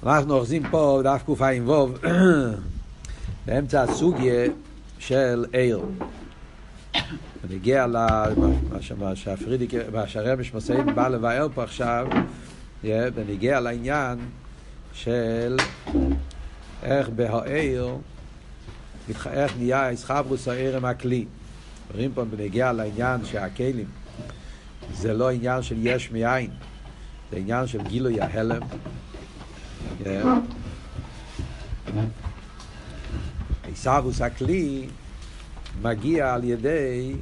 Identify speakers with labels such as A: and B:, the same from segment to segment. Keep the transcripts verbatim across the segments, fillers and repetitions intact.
A: אנחנו אוחזים פה דף קע"ו באמצע הסוגיה של עיר. ונגיע למה שהפרידיק, מה שהרמש מסעיד בא לבאר פה עכשיו, ונגיע לעניין של איך בהעיר, איך נהיה הסחברוס העיר עם הכלי. רואים פה ונגיע לעניין שהכלים זה לא עניין של יש מאין, זה עניין של גילוי ההלם. הסחברוס הכלי מגיע על ידי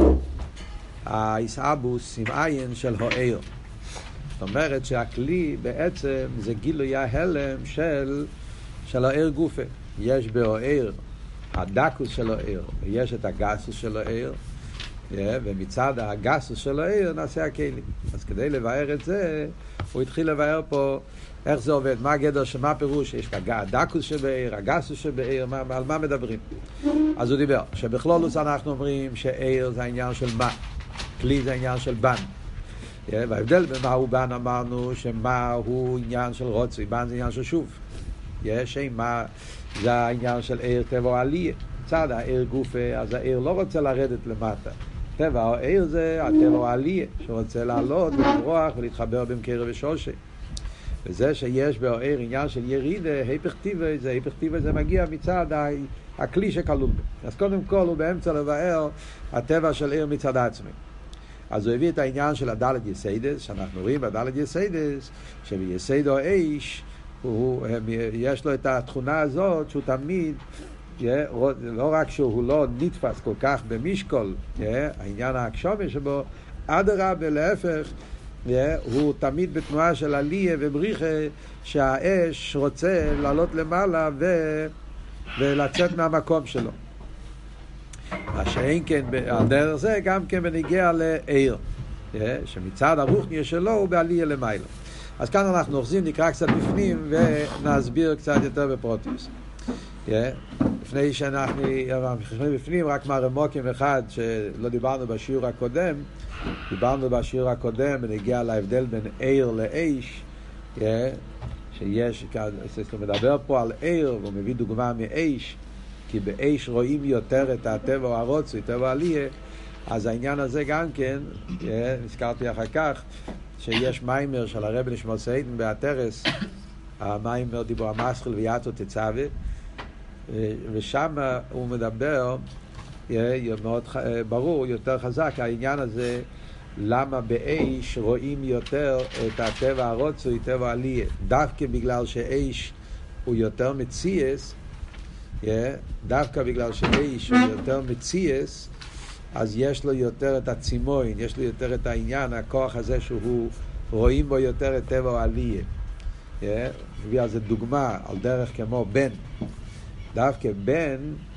A: ההסחברוס עם עין של העיר. זאת אומרת שהכלי בעצם זה גילוי ההלם של של העיר גופה. יש בהעיר הדקוס של העיר ויש את הגסוס של העיר, ומצד הגסוס של העיר נעשה הכלים. אז כדי לבאר את זה הוא התחיל לבאר פה איך זה עובד, מה הגדר, מה הפירוש, יש את הדקוס שבעיר, הגסוס שבעיר, מה, על מה מדברים. אז הוא דיבר שבכלולוס אנחנו אומרים שעיר זה העניין של מה, כלי זה העניין של בן, וההבדל בין מה הוא בן, אמרנו שמה הוא עניין של רוצי, בן זה עניין של שוב. יש מה זה העניין של עיר טבע עלייה, צד העיר גופה, אז העיר לא רוצה לרדת למטה, טבע העיר זה הטבע עלייה שרוצה לעלות ולברוח ולהתחבר במקרה ושושי. וזה שיש בעיר עניין של ירידה, היפך טבעי, זה היפך טבעי זה מגיע מצד הכלי שכלול בו. אז קודם כל הוא באמצע לבאר הטבע של עיר מצד עצמי. אז הוא הביא את העניין של הדלת יסיידס, שאנחנו רואים בדלת יסיידס, שביסיידו איש, הוא, יש לו את התכונה הזאת שהוא תמיד, לא רק שהוא לא נתפס כל כך במשקול, העניין ההקשומה שבו, אדרבה להפך, הוא תמיד בתנועה של עלייה ובריחה, שהאש רוצה לעלות למעלה ו... ולצאת מהמקום שלו. מה שאין כן על דרך זה גם כן בנגיע לעיר, שמצד הרוחניה שלו הוא בעלייה למעלה. אז כאן אנחנו אוחזים, נקרא קצת בפנים ונסביר קצת יותר בפרוטיוס. לפני שאנחנו חושבים בפנים, רק מהרמוקים אחד שלא דיברנו בשיעור הקודם, דיברנו בשיעור הקודם ונגיע להבדל בין עיר לאש, שיש, הוא מדבר פה על עיר והוא מביא דוגמה מאש, כי באש רואים יותר את הטבע הרוצי, טבע עלייה. אז העניין הזה גם כן, נזכרתי אחר כך, שיש מיימר של הרב נשמע סיידן באתרס, המיימר דיבור המסחיל ויאטו תצווה, ושם הוא מדבר מאוד ברור, יותר חזק העניין הזה, למה באש רואים יותר את הטבע הרוצוי, טבע עלייה, דווקא בגלל שאש הוא יותר מציאס, דווקא בגלל שאש הוא יותר מציאס, אז יש לו יותר את הצימוין, יש לו יותר את העניין, הכוח הזה שהוא רואים בו יותר את טבע עלייה. מביא על זה דוגמה, על דרך כמו בן. דווקא בן,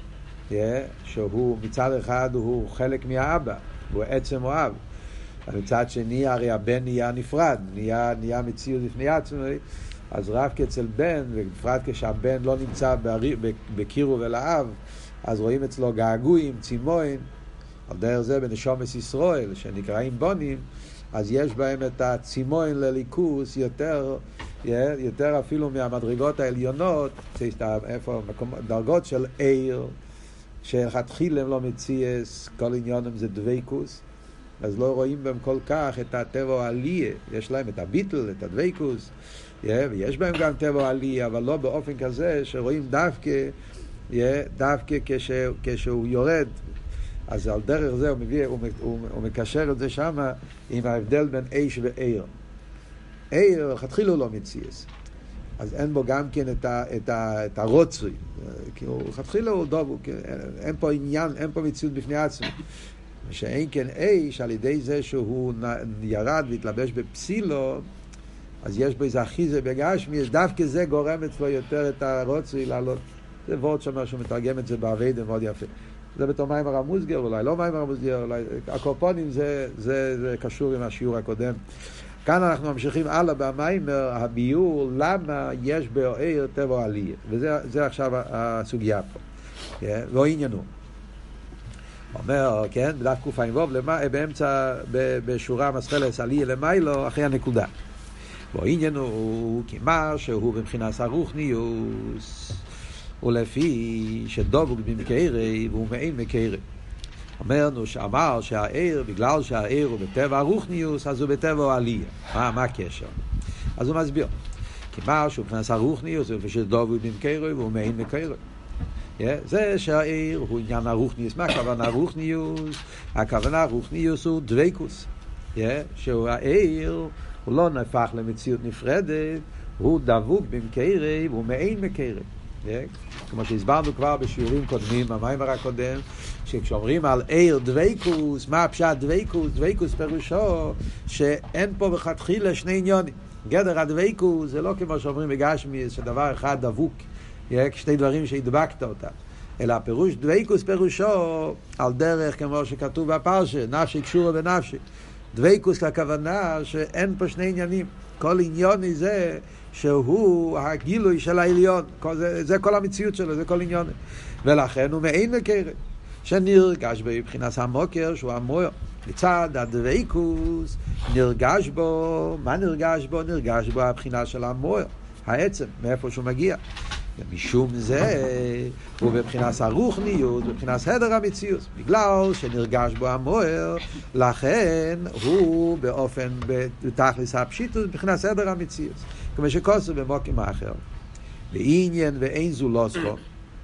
A: שהוא מצד אחד הוא חלק מהאבא, הוא עצם אוהב. מצד שני הרי הבן נהיה נפרד, נהיה, נהיה מציאות לפני עצמי, אז רק אצל בן, ובפרט כשהבן לא נמצא בקירוב אל האב, אז רואים אצלו געגועים, צימוין. על דרך זה בנשומס ישראל שנקראים בונים, אז יש בהם את הצימוין לליכוס יותר, יותר אפילו מהמדרגות העליונות, איפה, דרגות של עיר, שלכתחילה הם לא מציאס, כל עניונם זה דוויקוס, אז לא רואים בהם כל כך את הטבע העלייה, יש להם את הביטל, את הדוויקוס, ויש בהם גם טבע עלייה, אבל לא באופן כזה שרואים דווקא, דווקא כש, כשהוא יורד. אז על דרך זה הוא, מביא, הוא, הוא, הוא מקשר את זה שם עם ההבדל בין אש ועיר. עיר, חתחיל הוא לא מציאס. אז אין בו גם כן את, ה, את, ה, את הרוצוי. כי הוא חתחיל הוא דוב, אין פה עניין, אין פה מציאות בפני עצמי. שאין כן אש, על ידי זה שהוא ירד והתלבש בפסילו, אז יש בו איזה אחיזה בגשמי, אז דווקא זה גורם אצלו יותר את הרוצוי לעלות. זה וורט שאומר שהוא מתרגם את זה בעבודה מאוד יפה. זה בתור מים הרמוזגר, אולי לא מים הרמוזגר, אולי הקורפונים, זה, זה, זה קשור עם השיעור הקודם. כאן אנחנו ממשיכים הלאה במיימר, הביור, למה יש בעיר טבע עלייה. וזה זה עכשיו הסוגיה פה. כן? לא עניינו. אומר, כן, בדף קע"ו, באמצע, בשורה מסחלס עלייה למיילו, אחרי הנקודה. בעניין הוא כמה שהוא מבחינת הרוחניוס, ולפי שדבוק במקרי והוא מעין מקרי. אמרנו שאמר שהעיר, בגלל שהעיר הוא בטבע הרוחניוס, אז הוא בטבע העלייה. מה, מה הקשר? אז הוא מסביר. כמה שהוא מבחינת הרוחניוס, ולפי שדבוק במקרי והוא מעין מקרי. Yeah, זה שהעיר הוא עניין הרוחניוס. מה הכוונה רוחניוס? הכוונה רוחניוס הוא דבקוס. Yeah, שהוא העיר, הוא לא נהפך למציאות נפרדת, הוא דבוק במקרי והוא מעין מקרי. Yeah, כמו שהסברנו כבר בשיעורים קודמים, במאמר הקודם, שכשאומרים על עיר דבקוס, מה הפשט דבקוס? דבקוס פירושו שאין פה בכתחילה שני עניונים. גדר הדבקוס זה לא כמו שאומרים בגשמי, שדבר אחד דבוק. שתי דברים שהדבקת אותם, אלא הפירוש דבקוס פירושו על דרך כמו שכתוב בפרשה, נפשי קשורה בנפשי. דבקוס הכוונה שאין פה שני עניינים, כל עניון זה שהוא הגילוי של העליון, זה, זה כל המציאות שלו, זה כל עניון, ולכן הוא מעין מקרה שנרגש בבחינת המוקר שהוא המויר. מצד הדבקוס נרגש בו, מה נרגש בו? נרגש בו הבחינה של המויר, העצם, מאיפה שהוא מגיע. ומשום זה הוא בבחינת הרוחניות, בבחינת הדר המציאות, בגלל שנרגש בו המויר, לכן הוא באופן בתכלס הפשיטות בבחינת הדר המציאות, כמו שכוסו במוקים האחר. בעניין ואין זו לא סכו,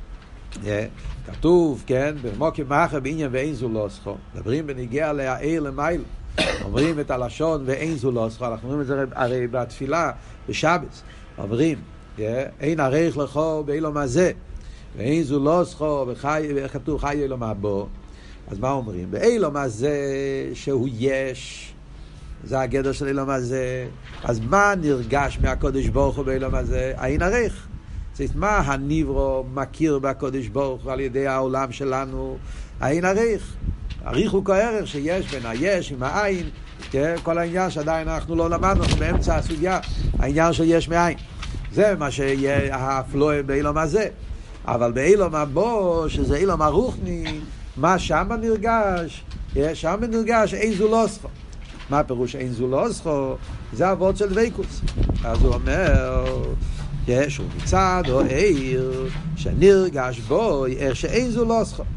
A: כתוב, כן, במוקים האחר בעניין ואין זו לא סכו, מדברים בנגיע להעיר למייל, אומרים את הלשון ואין זו לא סכו, אנחנו אומרים את זה הרי בתפילה בשבס, אומרים אין ערך לכו באילום הזה ואין זו לא סכו וכתוב חי אילום הבו. אז מה אומרים? באילום הזה שהוא יש, זה הגדר של אילום הזה. אז מה נרגש מהקודש ברוך הוא באילום הזה? אין ערך. זאת אומרת, מה הניברו מכיר בקודש ברוך הוא על ידי העולם שלנו? אין ערך. עריך הוא כערך שיש בין היש עם העין, כל העניין שעדיין אנחנו לא למדנו באמצע הסוגיה, העניין של יש מאין, זה מה שיהיה הפלואה באילום הזה. אבל באילום הבו, שזה אילום הרוחני, מה שם נרגש? שם נרגש אין זו לא סכו. מה פירוש אין זו לא סכו? זה עבוד של דבקוס. אז הוא אומר, יש הוא מצד או עיר שנרגש בו איך שאין זו לא סכו.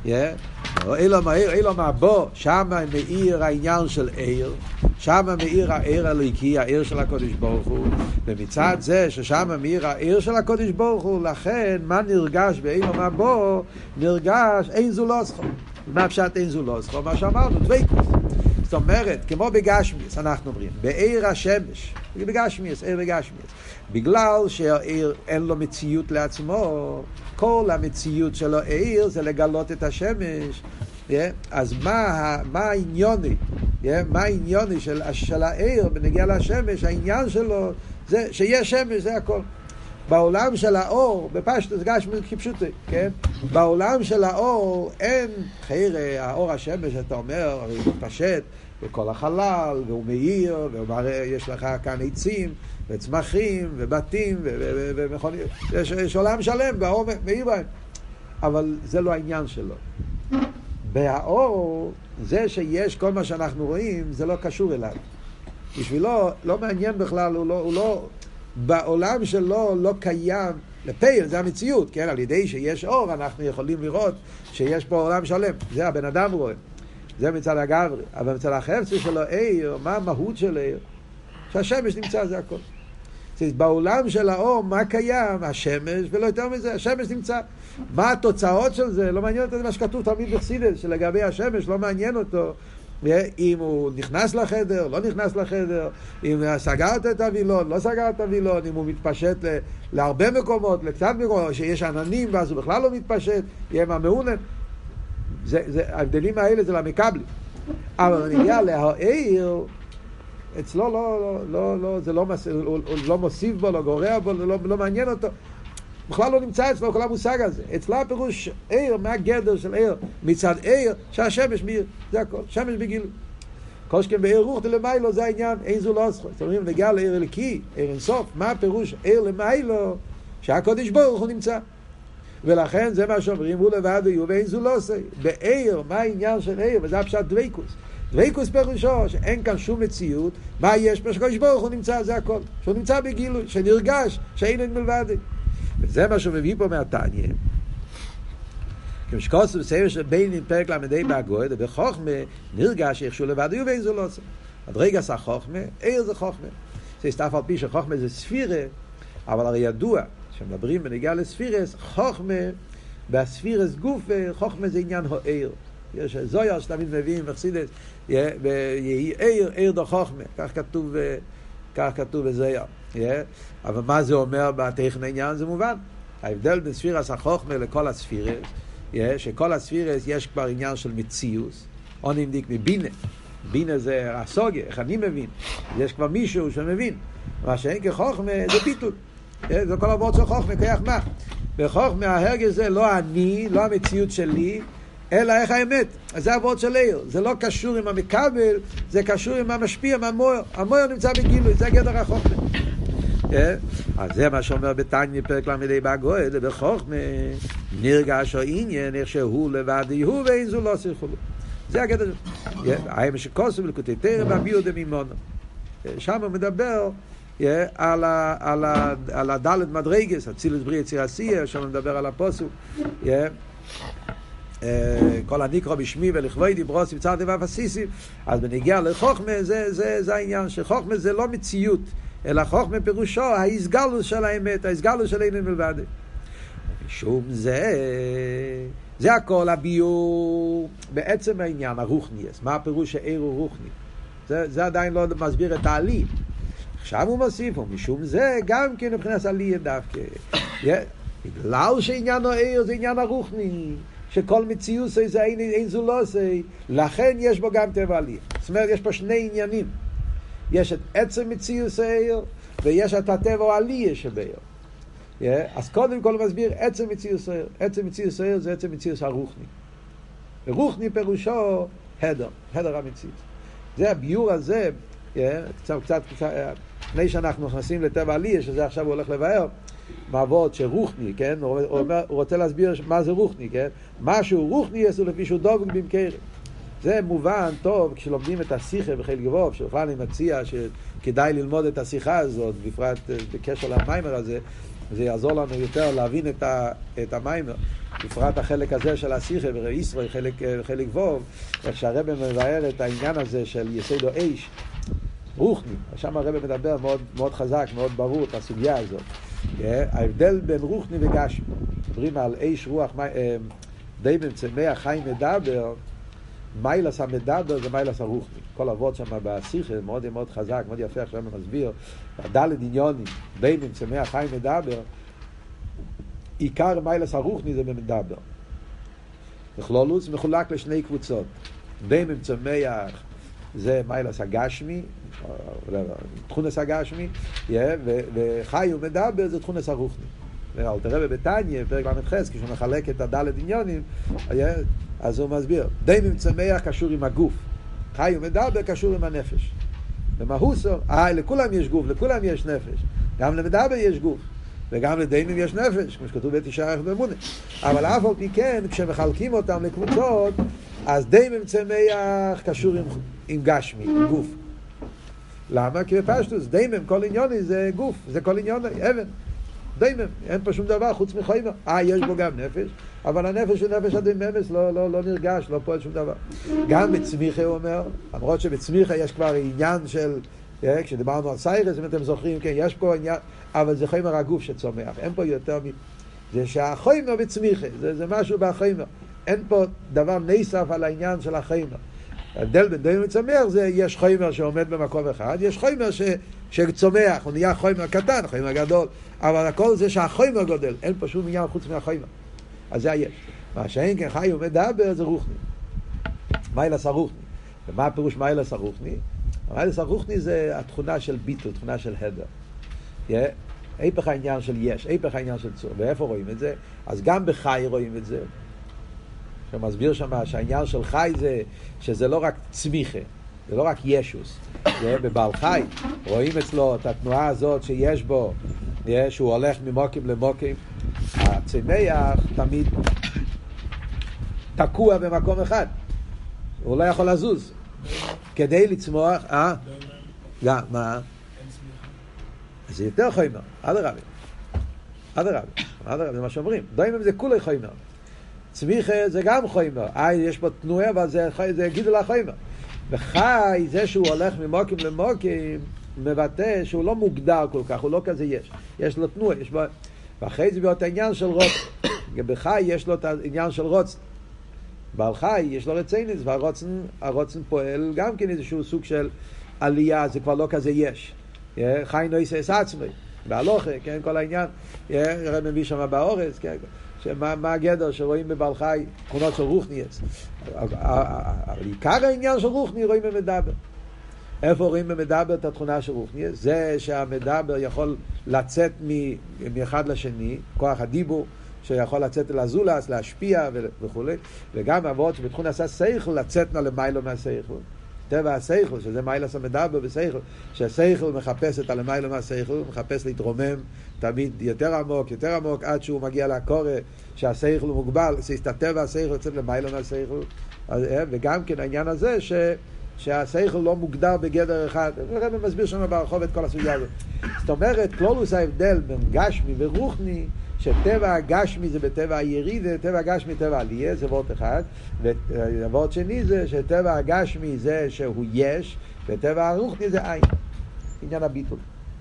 A: אילום העיר, אילום הבו, שם מאיר העניין של עיר, שם מאיר העיר הליקי, העיר של הקודש ברוך הוא, ומצד זה ששם מאיר העיר של הקודש ברוך הוא, לכן מה נרגש באילום הבו? נרגש אין זו לא סכו. מה פשט אין זו לא סכו? מה שאמרנו, דבקוס. זאת אומרת, כמו בגשמיס, אנחנו אומרים, בעיר השמש, בגשמיס, עיר בגשמיס, בגלל שהעיר אין לו מציאות לעצמו, כל המציאות שלו העיר זה לגלות את השמש. Yeah. אז מה, מה העניוני? Yeah. מה העניוני של, של העיר בנגיע לשמש? העניין שלו זה שיש שמש, זה הכל. בעולם של האור, בפשטוס גשמי כפשוטי, כן? בעולם של האור אין חיר, האור השמש, אתה אומר, הרי הוא פשט בכל החלל, והוא מאיר, ויש לך כאן עצים, וצמחים, ובתים, ומכוניות. יש, יש עולם שלם, והאור מאיר בהם. אבל זה לא העניין שלו. באור, זה שיש כל מה שאנחנו רואים, זה לא קשור אליו. בשבילו, לא מעניין בכלל, הוא לא... הוא לא בעולם שלו לא קיים, לפייל זה המציאות, כן? על ידי שיש אור אנחנו יכולים לראות שיש פה עולם שלם, זה הבן אדם רואה, זה מצד הגברי. אבל מצד החפצי שלו עיר, מה המהות של עיר? שהשמש נמצא, זה הכל. בעולם של האור מה קיים? השמש, ולא יותר מזה, השמש נמצא. מה התוצאות של זה? לא מעניין אותו מה שכתוב תמיד בחסידות, שלגבי השמש לא מעניין אותו אם הוא נכנס לחדר, לא נכנס לחדר, אם סגרת את הווילון, לא סגרת את הווילון, אם הוא מתפשט להרבה מקומות, לקצת מקומות, שיש עננים ואז הוא בכלל לא מתפשט, יהיה מהמעונן. זה, זה, ההבדלים האלה זה למקבלים. אבל אני נגיע להעיר, אצלו לא, לא, לא, לא, זה לא, הוא, הוא לא מוסיף בו, לא גורע בו, לא, לא מעניין אותו. בכלל לא נמצא אצלו כל המושג הזה. אצלה הפירוש עיר, מה הגדר של עיר? מצד עיר שהשמש מאיר, זה הכל, שמש בגילוי. כל שכן בעיר רוח למיילו, זה העניין, אין זו לא סכו. זאת אומרת, נגיע לעיר אליקי, עיר אינסוף, מה הפירוש עיר למיילו? שהקודש ברוך הוא נמצא. ולכן זה מה שאומרים, הוא לבד ויהיו ואין זו לא עושה. בעיר, מה העניין של עיר? וזה הפשט דבקוס. דבקות פירושו שאין כאן שום מציאות, מה יש פה שקדוש ברוך הוא נמצא, זה הכל, שהוא נמצא בגילוי, שנרגש, שאין אין מלבד. וזה מה שהוא מביא פה מהתניא. כמשקוס בספר של ביינים פרק למדי בהגויד, בחוכמה נרגש איך שהוא לבד יהיו ואין זו לא עושה. הדרגה זה חוכמה, עיר זה חוכמה. זה סתף על פי שחוכמה זה ספירה, אבל הרי ידוע, כשמדברים בנגיעה לספירס, חוכמה, בספירס גוף, חוכמה זה עניין העיר. יש זויר שתמיד מביאים מחסידס, יהי עיר, עיר דו חוכמה, כך כתוב, כך כתוב בזויר. אבל מה זה אומר בטכן העניין? זה מובן. ההבדל בין ספירס החוכמה לכל הספירס, שכל הספירס יש כבר עניין של מציאוס, או נמדיק מבינה. בינה זה הסוגיה, איך אני מבין. יש כבר מישהו שמבין. מה שאין כחוכמה זה ביטול. זה כל עבוד של חוכמה, כיח מה? בחוכמה ההרגש זה לא אני, לא המציאות שלי, אלא איך האמת. אז זה עבוד של עיר. זה לא קשור עם המקבל, זה קשור עם המשפיע, עם המויר. המויר נמצא בגילוי, זה גדר החוכמה. אז זה מה שאומר בתניא פרק למדי בהגויד, בחוכמה נרגש או עניין, איך שהוא לבד יהוא ואין זו לא שיחו לו. זה הגדר. האם שקוסו ולקוטי תרם והביאו דמימונו. שם הוא מדבר על ה, על ה, על הדלת מדרגס, הצילוס בריא יציר עשייה, שם הוא מדבר על הפוסוק. כל הנקרא בשמי ולכבודי דברוס יבצר דבר פסיסים. אז בנגיע לחוכמה זה, זה, זה העניין שחוכמה זה לא מציאות, אלא חוכמה פירושו ההסגלוס של האמת, ההסגלוס של אין מלבד. משום זה זה הכל הביור בעצם העניין הרוחניס. מה הפירוש שעיר הוא רוחני? זה, זה עדיין לא מסביר את העלי. עכשיו הוא מוסיף, ומשום זה גם כן מבחינת עלי דווקא. בגלל שעניין העיר זה עניין הרוחני, שכל מציאות זה אין, אין זו לא זה, לכן יש בו גם טבע עלי. זאת אומרת, יש פה שני עניינים. יש את עצם מציאות העיר, ויש את הטבע עלי שבעיר. Yeah, אז קודם כל הוא מסביר עצם מציאות העיר. עצם מציאות העיר זה עצם מציאות הרוחני. רוחני פירושו הדר, הדר המציאות. זה הביור הזה, yeah, קצת, קצת, קצת, לפני שאנחנו נכנסים לטבע עלי, שזה עכשיו הוא הולך לבאר, מעבוד שרוחני, כן? הוא, הוא, הוא רוצה להסביר מה זה רוחני, כן? משהו רוחני יש לפי שהוא דובק במקרה. זה מובן טוב כשלומדים את השיחה בחיל גבוב, שבכלל אני מציע שכדאי ללמוד את השיחה הזאת, בפרט בקשר למיימר הזה, זה יעזור לנו יותר להבין את, ה, את המיימר, בפרט החלק הזה של השיחה, בישראל חלק, חלק גבוב, איך שהרבא מבאר את העניין הזה של יסודו איש, רוחני, שם הרבא מדבר מאוד, מאוד חזק, מאוד ברור את הסוגיה הזאת. ההבדל בין רוחני וגשמי, מדברים על איש רוח, די במצמח חיים מדבר, מיילס המדבר זה מיילס הרוחני. כל עבוד שם בשיחה מאוד מאוד חזק, מאוד יפה, עכשיו אני מסביר, הדלת עניונים, די במצמח חיים מדבר, עיקר מיילס הרוחני זה במדבר. בכלולוס מחולק לשני קבוצות. די במצמח זה מיילס הגשמי, תכונס הגשמי, וחי ומדבר זה תכונס הרוחני. אל תראה בתניא, פרק למד-חס, כשהוא מחלק את הדלת עניונים, אז הוא מסביר, די מצמח קשור עם הגוף, חי ומדבר קשור עם הנפש. במהוסו, אה, לכולם יש גוף, לכולם יש נפש. גם למדבר יש גוף, וגם לדיימים יש נפש, כמו שכתוב בתשעה באמונה. אבל אף על פי כן, כשמחלקים אותם לקבוצות, אז דיימים צמח קשור עם, עם גשמי, עם גוף. למה? כי בפשטוס, דיימים, כל עניוני זה גוף, זה כל עניוני, אבן. דיימם, אין פה שום דבר חוץ מחיימה. אה, יש בו גם נפש, אבל הנפש הוא נפש הדייממס, לא, לא, לא נרגש, לא פועל שום דבר. גם בצמיחה הוא אומר, למרות שבצמיחה יש כבר עניין של, כשדיברנו על סיירס, אם אתם זוכרים, כן, יש פה עניין, אבל זה חיימר הגוף שצומח, אין פה יותר מ... זה שהחיימר בצמיחה, זה, זה משהו בחיימר. אין פה דבר נסף על העניין של החיימר. ההבדל בין דיימם וצומח זה, יש חיימר שעומד במקום אחד, יש חיימר ש... שצומח, הוא נהיה חיימר קטן, חיימר גדול, אבל הכל זה שהחיימר גודל, אין פה שום עניין חוץ מהחיימר. אז זה יש. מה שאין כן חי ומדבר זה רוחני. מיילס הרוחני. ומה הפירוש מיילס הרוחני? מיילס הרוחני זה התכונה של ביטל, תכונה של הדר. איפך העניין של יש, איפך העניין של צור. ואיפה רואים את זה? אז גם בחי רואים את זה. שמסביר שם שהעניין של חי זה, שזה לא רק צמיחה, זה לא רק ישוס. בבעל חי רואים אצלו את התנועה הזאת שיש בו, שהוא הולך ממוקים למוקים. הצמח תמיד תקוע במקום אחד, הוא לא יכול לזוז. כדי לצמוח, אה? גם, מה? זה יותר חומר, אדרבה. אדרבה, אדרבה, זה מה שאומרים. דוימם זה כולי חומר. צמיחה זה גם חומר. אה, יש פה תנועה, אבל זה, זה גידול החומר. וחי, זה שהוא הולך ממוקים למוקים, מבטא שהוא לא מוגדר כל כך, הוא לא כזה יש. יש לו תנועה, יש בו... ואחרי זה ביות העניין של רוצן. בחי יש לו את העניין של רוצן. בעל חי יש לו רציינס, והרוצן, הרוצן פועל גם כן איזשהו סוג של עלייה, זה כבר לא כזה יש. חי נויסה את עצמי, בהלוכה, כן, כל העניין. רב מביא שם באורץ, כן, שמה, מה הגדר שרואים בבעל חי, תכונות של רוחניאס. אבל עיקר העניין של רוחני רואים במדבר. איפה רואים במדבר את התכונה של רוחניאס? זה שהמדבר יכול לצאת מאחד לשני, כוח הדיבור, שיכול לצאת אל הזולס, להשפיע וכו'. וגם אבות שבתכון עשה שכל, לצאת למיילו מהשכל. טבע השכל, שזה מיילס המדבר בשכל, שהשכל מחפש את הלמיילו מהשכל, מחפש להתרומם תמיד יותר עמוק, יותר עמוק, עד שהוא מגיע לקורא, שהשכל הוא מוגבל, שהטבע השכל יוצא למיילו מהשכל. וגם כן העניין הזה ש... שהשכל לא מוגדר בגדר אחד. הרב מסביר שם ברחוב את כל הסוגיה הזאת. זאת אומרת, כלולוס ההבדל בין גשמי ורוחני, שטבע הגשמי זה בטבע היריד, טבע הגשמי טבע עלייה, זה וורט אחד, ווורט שני זה שטבע הגשמי זה שהוא יש, וטבע הרוחני זה אין. עניין הביטול.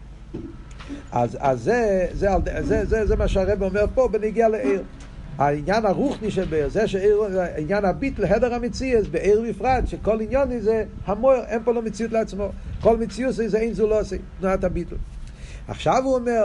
A: אז, אז זה, זה, זה, זה, זה, זה מה שהרב אומר פה בנגיע לעיר. העניין הרוחני שבעיר, זה שעניין הביטל, הדר המציאות, בעיר בפרט, שכל עניין זה המוער, אין פה לא מציאות לעצמו. כל מציאות זה אין זו לא עושה, תנועת הביטל. עכשיו הוא אומר,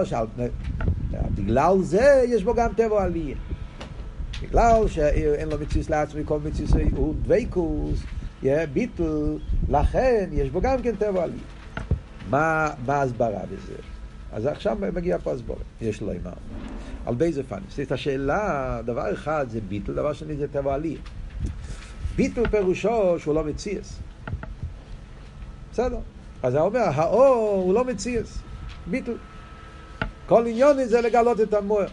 A: בגלל זה יש בו גם טבע עלייה. בגלל שאין לו מציאות לעצמי, כל מציאות הוא דוויקוס, ביטל, לכן יש בו גם כן טבע עלייה. מה, מה הסברה בזה? אז עכשיו מגיע פה הסברה, יש לו אימר. על באיזה פנים. זאת השאלה, דבר אחד זה ביטל, דבר שני זה טבע עלייה. ביטל פירושו שהוא לא מציאס. בסדר. אז הוא אומר, האור הוא לא מציאס. ביטל. כל עניין זה לגלות את המוער.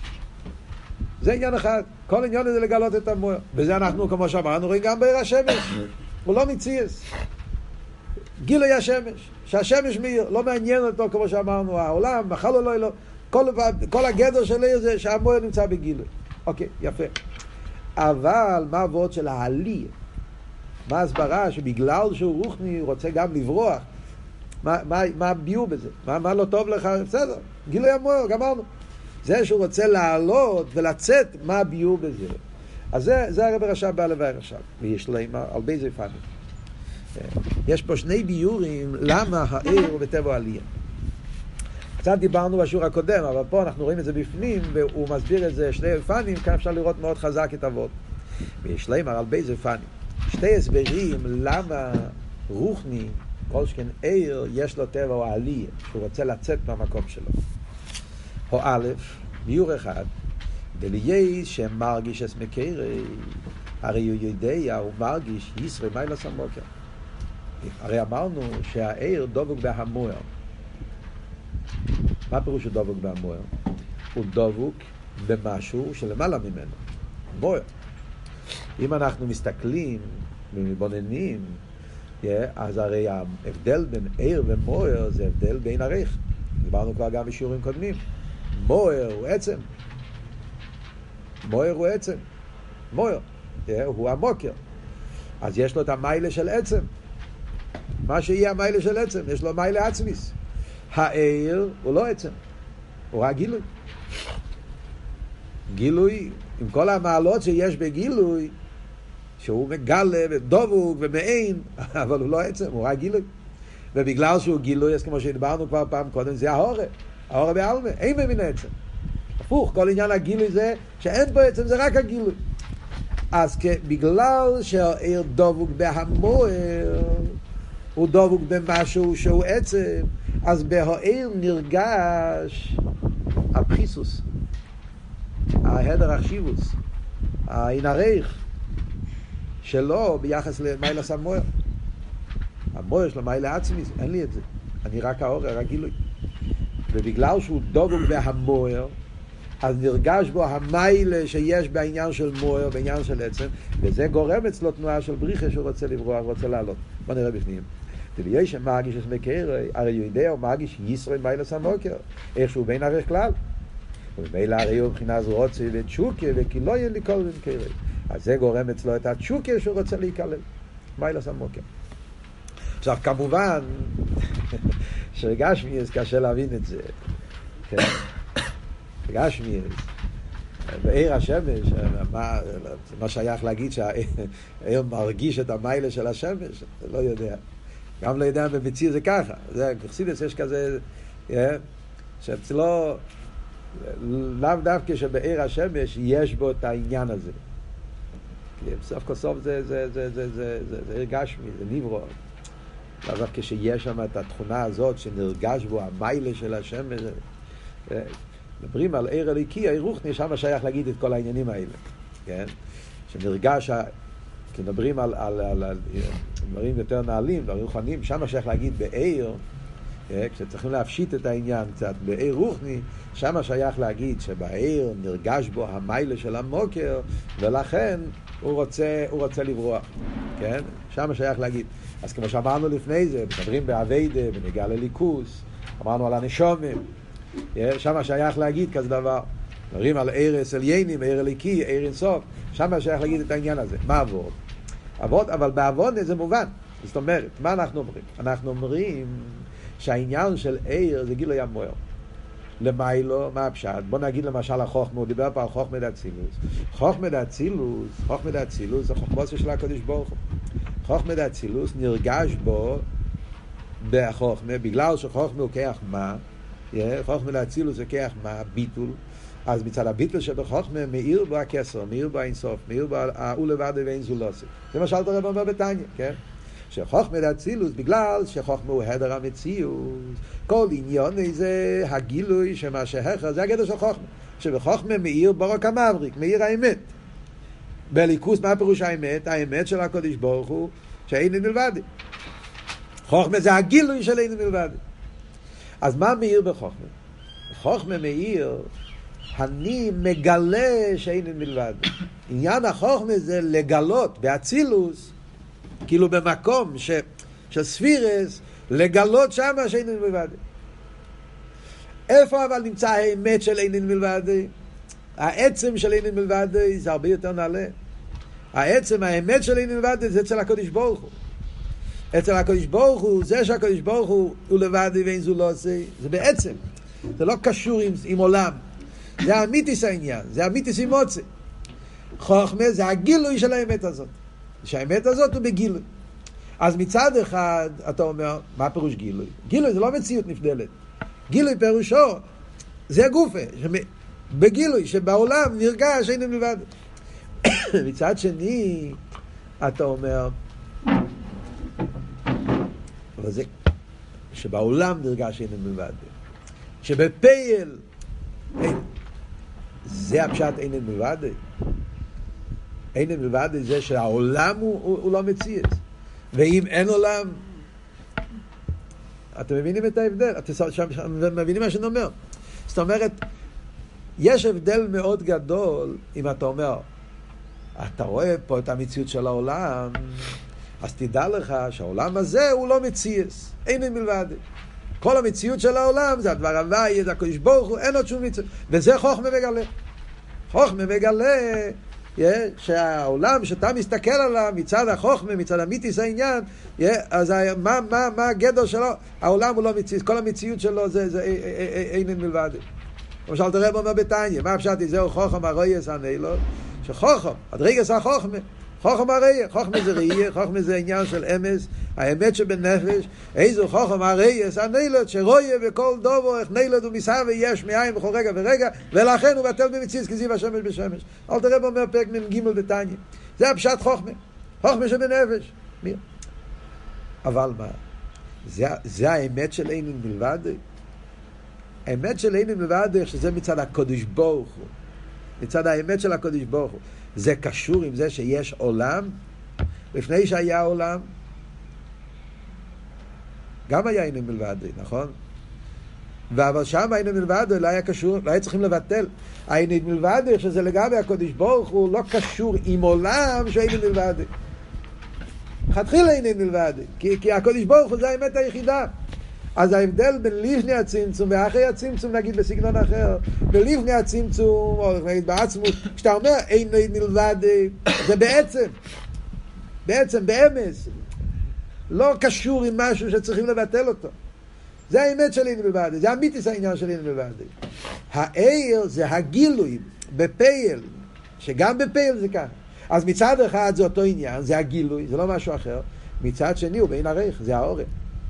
A: זה עניין אחד. כל עניין זה לגלות את המוער. וזה אנחנו, כמו שאמרנו, רואים גם בעיר השמש. הוא לא מציאס. גילוי השמש. שהשמש מאיר, לא מעניין אותו, כמו שאמרנו, העולם, מחל או לא, לא. כל, כל הגדר של עיר זה שהמוער נמצא בגילוי. אוקיי, יפה. אבל מה העבוד של העלייה? מה הסברה שבגלל שהוא רוחני רוצה גם לברוח? מה, מה, מה הביאו בזה? מה, מה לא טוב לך? בסדר, גילוי המוער, גמרנו. זה שהוא רוצה לעלות ולצאת, מה הביאו בזה? אז זה, זה הרב רש"ב בא לבאר עכשיו. ויש להם על באיזה פנים. יש פה שני ביורים למה העיר הוא בטבע עלייה. קצת דיברנו בשיעור הקודם, אבל פה אנחנו רואים את זה בפנים, והוא מסביר את זה שני פנים, כאן אפשר לראות מאוד חזק את אבות. ויש להם על באיזה פנים. שתי הסברים למה רוחני, כל שכן עיר, יש לו טבע או עלייה, שהוא רוצה לצאת מהמקום שלו. או א', ביור אחד, דליי שמרגיש את מקרי, הרי הוא יודע, הוא מרגיש ישראל מיילה סמוקר. הרי אמרנו שהעיר דבוק בהמוער. מה פירוש הוא דבוק בהמוער? הוא דבוק במשהו שלמעלה ממנו, מוער. אם אנחנו מסתכלים ומבוננים, אז הרי ההבדל בין עיר ומוער זה הבדל בין עריך. דיברנו כבר גם בשיעורים קודמים. מוער הוא עצם. מוער הוא עצם. מוער הוא המוקר. אז יש לו את המיילה של עצם. מה שיהיה המיילה של עצם, יש לו מיילה עצמיס. העיר הוא לא עצם, הוא רק גילוי. גילוי, עם כל המעלות שיש בגילוי, שהוא מגלה ודבוק ומעין, אבל הוא לא עצם, הוא רק גילוי. ובגלל שהוא גילוי, אז כמו שדיברנו כבר פעם קודם, זה ההורה. ההורה בעלמה, אין מבין עצם. הפוך, כל עניין הגילוי זה שאין בו עצם, זה רק הגילוי. אז בגלל שהעיר דבוק בהמוער, הוא דבוק במשהו שהוא עצם, אז בהעיר נרגש הבחיסוס, ההדר החשיבוס, העינריך שלו ביחס למיילס המוער. המוער שלו מיילה עצמי, אין לי את זה, אני רק האור, רק גילוי. ובגלל שהוא דבוק בהמוער, אז נרגש בו המיילה שיש בעניין של מוער, בעניין של עצם, וזה גורם אצלו תנועה של בריחה שהוא רוצה לברוח, רוצה לעלות. בוא נראה בפנים. דליה שמרגיש את מקרי, הרי הוא יודע, הוא מרגיש ישראל מיילס המוקר, איך שהוא בין ערך כלל. ובמילא הרי הוא מבחינה זו רוצה ותשוקה, וכי לא יהיה לי כל מקרי. אז זה גורם אצלו את התשוקה שהוא רוצה להיכלל. מיילס המוקר. עכשיו, כמובן, שגשמיאס קשה להבין את זה. כן? גשמיאס. בעיר השמש, מה, מה שייך להגיד שהעיר מרגיש את המיילה של השמש? לא יודע. גם לא יודע במציא זה ככה. זה, חסידס יש כזה, שאצלו, לאו דווקא שבעיר השמש יש בו את העניין הזה. כי בסוף כל סוף זה, זה, זה, זה, זה, זה, זה עיר גשמי, זה נברו. לאו דווקא שיש שם את התכונה הזאת שנרגש בו המיילה של השמש. מדברים על עיר אליקי, העיר רוחני, שם שייך להגיד את כל העניינים האלה. כן? שנרגש, כי מדברים על, על, על, על דברים יותר נעלים, דברים רוחניים, שם שייך להגיד בעיר, כשצריכים להפשיט את העניין קצת, בעיר רוחני, שם שייך להגיד שבעיר נרגש בו המיילה של המוקר, ולכן הוא רוצה, הוא רוצה לברוח. כן? שם שייך להגיד. אז כמו שאמרנו לפני זה, מדברים בעבודה, בנגיעה לליכוס, אמרנו על הנשומים, שם שייך להגיד כזה דבר. מדברים על ערס עליינים, עיר אליקי, עיר אינסוף, שם שייך להגיד את העניין הזה. מה עבוד? עבוד, אבל בעבוד זה מובן. זאת אומרת, מה אנחנו אומרים? אנחנו אומרים שהעניין של עיר זה גילוי המוער. למיילו, מה הפשט? בוא נגיד למשל החוכמה, הוא דיבר פה על חוכמה דאצילוס. חוכמה דאצילוס, חוכמה דאצילוס זה חוכמה של הקדוש ברוך הוא. חוכמה דאצילוס נרגש בו בחוכמה, בגלל שחוכמה הוא כיח מה, חוכמה דאצילוס זה כיח מה, ביטול. אז מצד הביטול שבחוכמה מאיר בו הכסר, מאיר בו האינסוף, מאיר בו הוא לבד ואין זולוסי. זה מה שאלת הרב אומר בתניא, כן? שחוכמה דאצילוס, בגלל שחוכמה הוא הדר המציאות, כל עניון זה הגילוי שמה שהחר, זה הגדר של חוכמה. שבחוכמה מאיר ברוק המבריק, מאיר האמת. בליכוס, מה פירוש האמת? האמת של הקדוש ברוך הוא, שאין מלבד. חוכמה זה הגילוי של אין מלבד. אז מה מאיר בחוכמה? חוכמה מאיר, אני מגלה שאין מלבד. עניין החוכמה זה לגלות באצילוס, כאילו במקום ש, של ספירס, לגלות שם שאין מלבד. איפה אבל נמצא האמת של אין מלבד? העצם של אין מלבד זה הרבה יותר נעלה. העצם, האמת של אין מלבד זה אצל הקדוש ברוך הוא. אצל הקדוש ברוך הוא, זה שהקדוש ברוך הוא הוא לבד ואין זו לא עושה, זה בעצם. זה לא קשור עם, עם עולם. זה האמיתיס העניין, זה האמיתיס עם מוצא. חוכמה זה הגילוי של האמת הזאת. שהאמת הזאת הוא בגילוי. אז מצד אחד אתה אומר, מה פירוש גילוי? גילוי זה לא מציאות נפדלת. גילוי פירושו, זה הגופה, בגילוי, שבעולם נרגש שאין מלבד. מצד שני, אתה אומר, אבל זה, שבעולם נרגש שאין מלבד. שבפייל, אין, זה הפשט אין מלבד. אין מלבד זה שהעולם הוא, הוא, הוא לא מציאות. ואם אין עולם, אתם מבינים את ההבדל? אתם מבינים מה שאני אומר? זאת אומרת, יש הבדל מאוד גדול אם אתה אומר, אתה רואה פה את המציאות של העולם, אז תדע לך שהעולם הזה הוא לא מציאות. אין מלבד. כל המציאות של העולם זה הדבר הוואי, זה הקדוש ברוך הוא, אין עוד שום מציאות. וזה חוכמה מגלה. חוכמה מגלה שהעולם שאתה מסתכל עליו מצד החוכמה, מצד המיתיס העניין, אז מה, מה, מה הגדר שלו? העולם הוא לא מציאות, כל המציאות שלו זה, זה אין מלבד. למשל תראה בו אומר בתניא, מה פשטי? זהו חוכם הרויס הנאלות, שחוכם, הדרגס החוכמה, חוכם הרויס, חוכמה זה ראייה, חוכמה זה עניין של אמס, האמת שבנפש, איזו חוכם הרויס הנאלות, שרויה בכל דובו, איך נאלות ומסהר ויש מאיים בכל רגע ורגע, ולכן הוא בטל במציאות כזיו השמש בשמש. אל תראה בו אומר פרק מ"ג בתניא, זה הפשט חוכמה, חוכמה שבנפש. מי? אבל מה? זה, זה האמת של אין מלבד? האמת של אין מלבד שזה מצד הקדוש ברוך הוא, מצד האמת של הקדוש ברוך הוא. זה קשור עם זה שיש עולם, לפני שהיה עולם, גם היה אין מלבד, נכון? אבל שם אין מלבד לא היה קשור, לא היה צריכים לבטל. האין מלבד שזה לגבי הקדוש ברוך הוא לא קשור עם עולם שאין מלבד. חתחילה איננו מלבד, כי, כי הקודש ברוך הוא זה האמת היחידה. אז ההבדל בין לפני הצמצום ואחרי הצמצום, נגיד בסגנון אחר, בלפני הצמצום, או נגיד בעצמות, כשאתה אומר אין מלבד, זה בעצם, בעצם, באמס, לא קשור עם משהו שצריכים לבטל אותו. זה האמת של אין מלבד, זה אמיתיס העניין של אין מלבד. העיר זה הגילוי בפייל, שגם בפייל זה ככה. אז מצד אחד זה אותו עניין, זה הגילוי, זה לא משהו אחר. מצד שני הוא בין הרייך, זה האורן.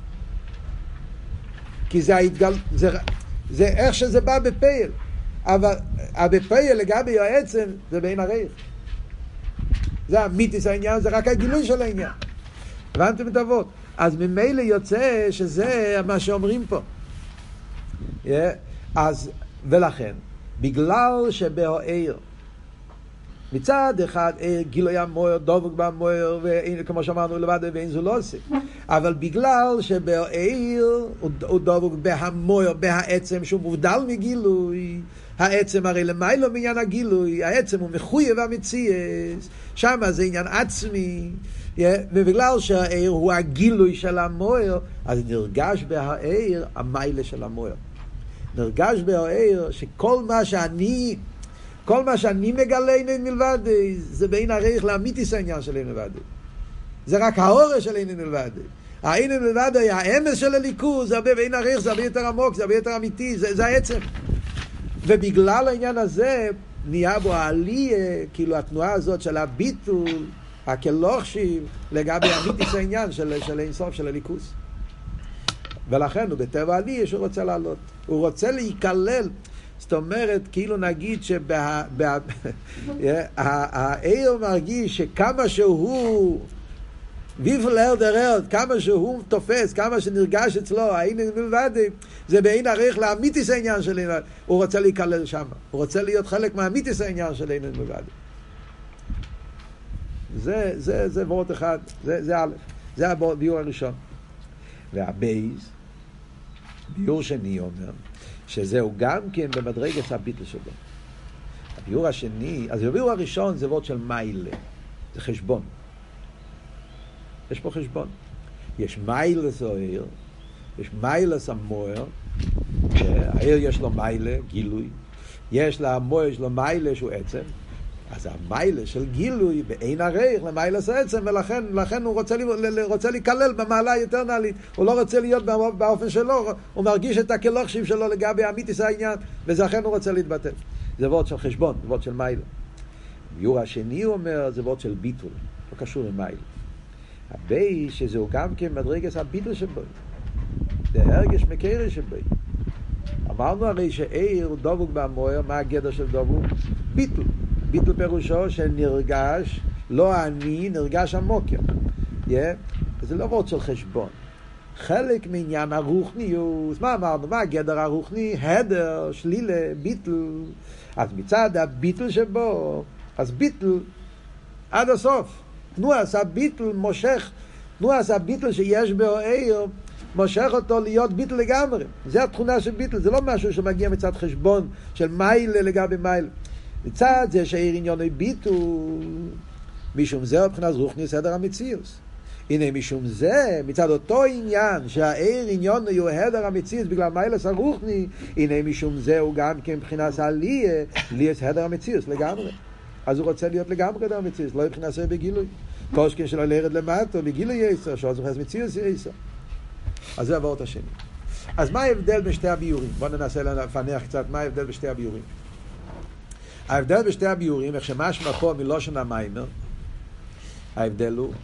A: כי זה ההתגל... זה, זה איך שזה בא בפייל. אבל בפייל לגבי העצם זה בין הרייך. זה האמיתיס העניין, זה רק הגילוי של העניין. הבנתם את אבות? אז ממילא יוצא שזה מה שאומרים פה. Yeah. אז, ולכן, בגלל שבהעיר, מצד אחד גילוי המויר, דבוק במויר, וכמו שאמרנו לבד ואין זו לא עושה. אבל בגלל שבהעיר הוא דבוק בהמויר, בהעצם שהוא מובדל מגילוי, העצם הרי למיילו בעניין הגילוי, העצם הוא מחויב המציאס, שם זה עניין עצמי, ובגלל שהעיר הוא הגילוי של המויר, אז נרגש בהעיר המיילה של המויר. נרגש בהעיר שכל מה שאני כל מה שאני מגלה אין מלבד, זה בין הרייך לאמיתיס העניין של אין מלבד. זה רק האורש של אין מלבד. האין מלבד היה האמס של הליכוז, זה הרבה בין הרייך, זה הרבה יותר עמוק, זה הרבה יותר אמיתי, זה, זה העצם. ובגלל העניין הזה, נהיה בו העלייה, כאילו התנועה הזאת של הביטול, הכלוכשיב, לגבי אמיתיס העניין של, של אין סוף, של הליכוז. ולכן הוא בטבע העלייה שהוא רוצה לעלות. הוא רוצה להיכלל, זאת אומרת, כאילו נגיד שהעיר מרגיש שכמה שהוא ויפל הרד הרד, כמה שהוא תופס, כמה שנרגש אצלו, האין מלבד, זה בעין הרייך לאמיתיס העניין של אין, הוא רוצה להיכלל שם, הוא רוצה להיות חלק מהאמיתיס העניין של אין מלבד. זה, זה, זה וורט אחד, זה, זה א', זה הביור הראשון. והבייס, ביור שני אומר, שזהו גם כן במדרגת הביטל שלו. הביור השני, אז הביור הראשון זה וורט של מיילה, זה חשבון. יש פה חשבון. יש מיילה זוהר, יש מיילה סמואר, העיר יש לו מיילה, גילוי, יש לה המואר, יש לו מיילה שהוא עצם, אז המיילה של גילוי בעין הרייך למיילה של עצם, ולכן לכן הוא רוצה, רוצה להיכלל במעלה יותר נעלית, הוא לא רוצה להיות באופן שלו, הוא מרגיש את הכלוכשיב שלו לגבי אמיתיס העניין, ולכן הוא רוצה להתבטל. זה וורט של חשבון, זה וורט של מיילה. ביור השני הוא אומר, זה וורט של ביטול, לא קשור עם מיילה. הבי שזהו גם כן מדרגת הביטול שבו, זה הרגש מקרה שבו. אמרנו הרי שעיר הוא דבוק במויר, מה הגדר של דבוק? ביטול. ביטול פירושו שנרגש, לא אני, נרגש המוקר. Yeah? זה לא וורט של חשבון. חלק מעניין הרוחניוס, מה אמרנו? מה הגדר הרוחני? הדר, שלילה, ביטול. אז מצד הביטול שבו, אז ביטול עד הסוף. תנועת הביטול מושך, תנועת הביטול שיש בו עיר, מושך אותו להיות ביטול לגמרי. זה התכונה של ביטול, זה לא משהו שמגיע מצד חשבון של מיילה לגבי מיילה. מצד זה שהעיר עניוני ביטול, משום זה מבחינת רוחני סדר המציאוס. הנה משום זה, מצד אותו עניין שהעיר עניוני הוא הדר המציאוס בגלל מיילס הרוחני, הנה משום זה הוא גם כן מבחינת העלייה, ליאס הדר המציאוס לגמרי. אז הוא רוצה להיות לגמרי הדר המציאוס, לא מבחינת זה בגילוי. קושקין שלו לרד למטה, בגילוי יסר, שעוד זוכר מציאוס יסר. אז זה עבורת השני. אז מה ההבדל בשתי הביורים? בואו ננסה לפענח קצת מה ההבדל בשתי הביורים. ההבדל בשתי הביורים, איך שמשמע פה מלושן המיימר, ההבדל הוא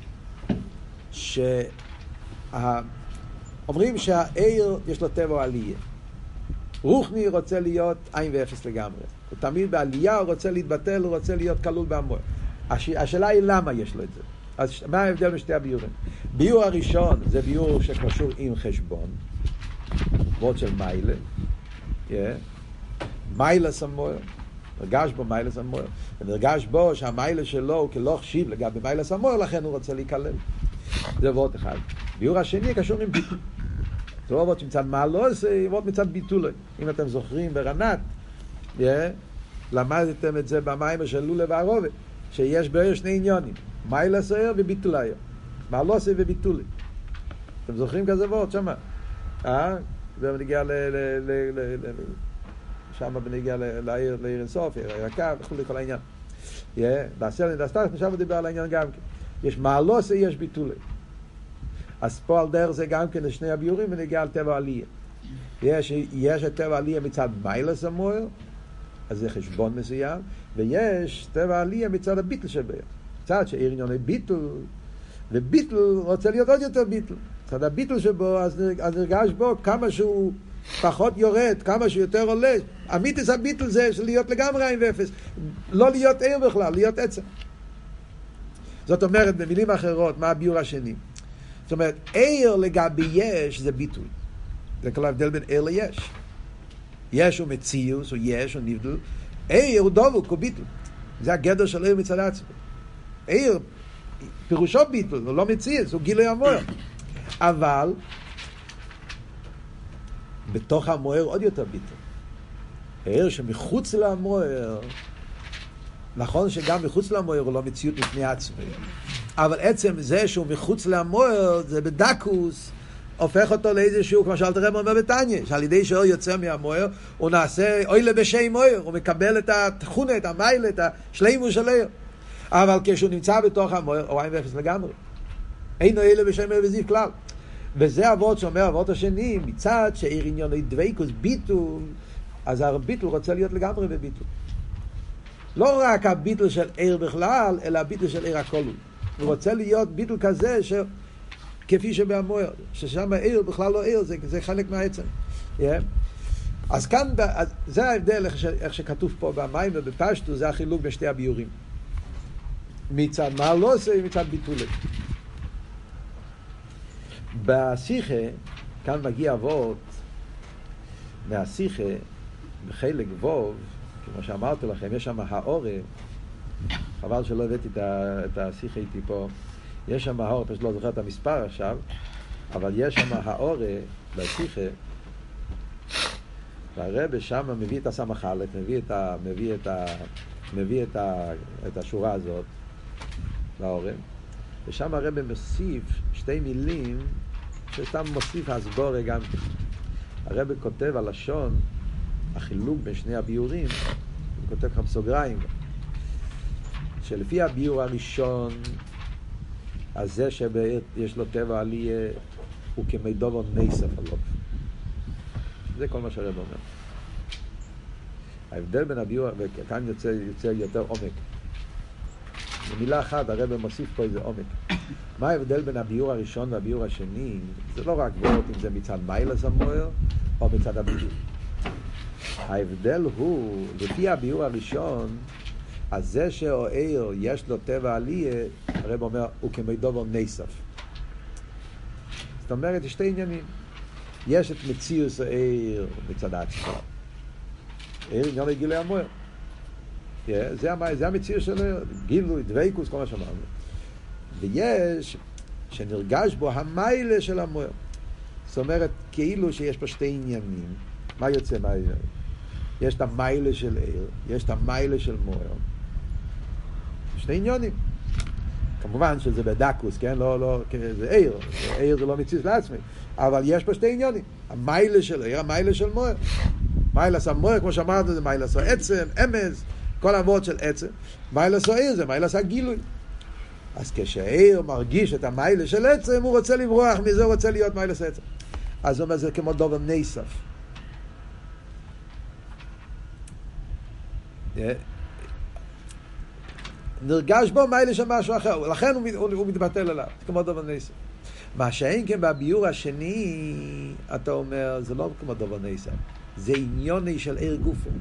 A: שאומרים שהעיר יש לו טבע עלייה. רוחני רוצה להיות עין ואפס לגמרי. הוא תמיד בעלייה, הוא רוצה להתבטל, הוא רוצה להיות כלול בהמון. הש... השאלה היא למה יש לו את זה. אז מה ההבדל בשתי הביורים? ביור הראשון זה ביור שקשור עם חשבון, וורט של מיילה, yeah. מיילה סמואר, נרגש בו מיילה סמואר, ונרגש בו שהמיילה שלו הוא כלא חשיב לגבי מיילה סמואר, לכן הוא רוצה להיכלל. זה וורט אחד. ביור השני קשור עם ביטול. זה לא וורט מצד מעלו, זה וורט מצד ביטול. אם אתם זוכרים ברנת, yeah, למדתם את זה במים של לולה והרובה, שיש בעיר שני עניונים, מיילה סער וביטול העיר. מעלוסי וביטולי. אתם זוכרים כזה וורט שמה? אה? ובנגיע ל... שם בנגיע לעיר אינסוף, עיר הקו, וכולי כל העניין. בעשר נדסתת, שם דיבר על העניין גם כן. יש מעלוסי, יש ביטולי. אז פה על דרך זה גם כן לשני הביורים ונגיע על טבע עלייה. יש, יש את טבע עלייה מצד מיילס המויר, אז זה חשבון מסוים, ויש טבע עלייה מצד הביטל שבו. מצד שעיר עניוני ביטל, וביטל רוצה להיות עוד יותר ביטל. מצד הביטל שבו, אז, אז נרגש בו כמה שהוא פחות יורד, כמה שהוא יותר עולה. אמיתיס הביטל זה להיות לגמרי עין ואפס, לא להיות עיר בכלל, להיות עצם. זאת אומרת, במילים אחרות, מה הביור השני? זאת אומרת, עיר לגבי יש זה ביטול. זה כל ההבדל בין עיר ליש. יש הוא מציאוס, או יש הוא נבדל. עיר הוא דבוק, הוא ביטול. זה הגדר של עיר מצד עצמו. עיר, פירושו ביטול, הוא לא מציאוס, הוא גילוי המוער. אבל, בתוך המוער עוד יותר ביטול. עיר שמחוץ למוער, נכון שגם מחוץ למוער הוא לא מציאות מפני עצמו. אבל עצם זה שהוא מחוץ למוער, זה בדקוס, הופך אותו לאיזשהו, כמו שאלת הרב אומר בתניא, שעל ידי שאור יוצא מהמוער, הוא נעשה אוילה בשם מוער, הוא מקבל את התכונה, את המיילה, את השלימו של עיר. אבל כשהוא נמצא בתוך המוער, הוא עין ואפס לגמרי. אין אוילה בשם מוער וזיו כלל. וזה אבות שאומר, אבות השני, מצד שעיר עניוני דוויקוס ביטול, אז הביטול רוצה להיות לגמרי בביטול. לא רק הביטול של עיר בכלל, אלא הביטול של עיר הכלול. הוא רוצה להיות ביטול כזה ש... כפי שבהמוער, ששם העיר בכלל לא עיר, זה, זה חלק מהעצם. Yeah. אז כאן, אז זה ההבדל איך, ש, איך שכתוב פה במים ובפשטו, זה החילוק בשתי הביורים. מצד מעלוסי ומצד ביטולי. בשיחה, כאן מגיע אבות, מהשיחה, בחלק ווב, כמו שאמרתי לכם, יש שם האורה, חבל שלא הבאתי את השיחה איתי פה, יש שם האור, פשוט לא זוכר את המספר עכשיו, אבל יש שם האורה בשיחה, והרבא שם מביא את הסמך א', מביא את ה, מביא את ה, מביא את ה, את השורה הזאת לאורה, ושם הרבא מוסיף שתי מילים שסתם מוסיף הסבורה גם. הרבא כותב על לשון החילוק בין שני הביורים, הוא כותב כאן סוגריים, שלפי הביור הראשון, אז זה שיש לו טבע עלייה הוא כמידובו נסף עליו. זה כל מה שהרב אומר. ההבדל בין הביור, וכאן יוצא, יוצא יותר עומק. במילה אחת הרב מוסיף פה איזה עומק. מה ההבדל בין הביור הראשון והביור השני? זה לא רק בואות אם זה מצד מיילס המוער או מצד הביור. ההבדל הוא, לפי הביור הראשון, אז זה שהעיר יש לו טבע עלייה, הרב אומר, הוא כמידובו נסף. זאת אומרת, יש שתי עניינים. יש את מציאוס העיר מצד עצמו. העיר עניין לגילוי המוער. זה, זה המציאוס של העיר, גילוי, דוויקוס, כל מה שאמרנו. ויש שנרגש בו המיילה של המוער. זאת אומרת, כאילו שיש פה שתי עניינים. מה יוצא מהעניין? יש את המיילה של עיר, יש את המיילה של מוער. שני עניונים. כמובן שזה בדקוס, כן? לא, לא, זה עיר. עיר זה לא מציאוס לעצמי. אבל יש פה שתי עניונים. המיילה של עיר, המיילה של מוער. מיילס המוער, כמו שאמרנו, זה מיילס העצם, אמז, כל העבוד של עצם. מיילס העיר זה מיילס הגילוי. אז כשהעיר מרגיש את המיילס של עצם, הוא רוצה לברוח מזה, הוא רוצה להיות מיילס עצם. אז הוא אומר, זה כמו דובר נסף. נרגש בו מיילס של משהו אחר, לכן הוא, הוא, הוא מתבטל עליו, כמו דובר נסף. מה שאין כן בביור השני, אתה אומר, זה לא כמו דובר נסף. זה עניוני של עיר גופה.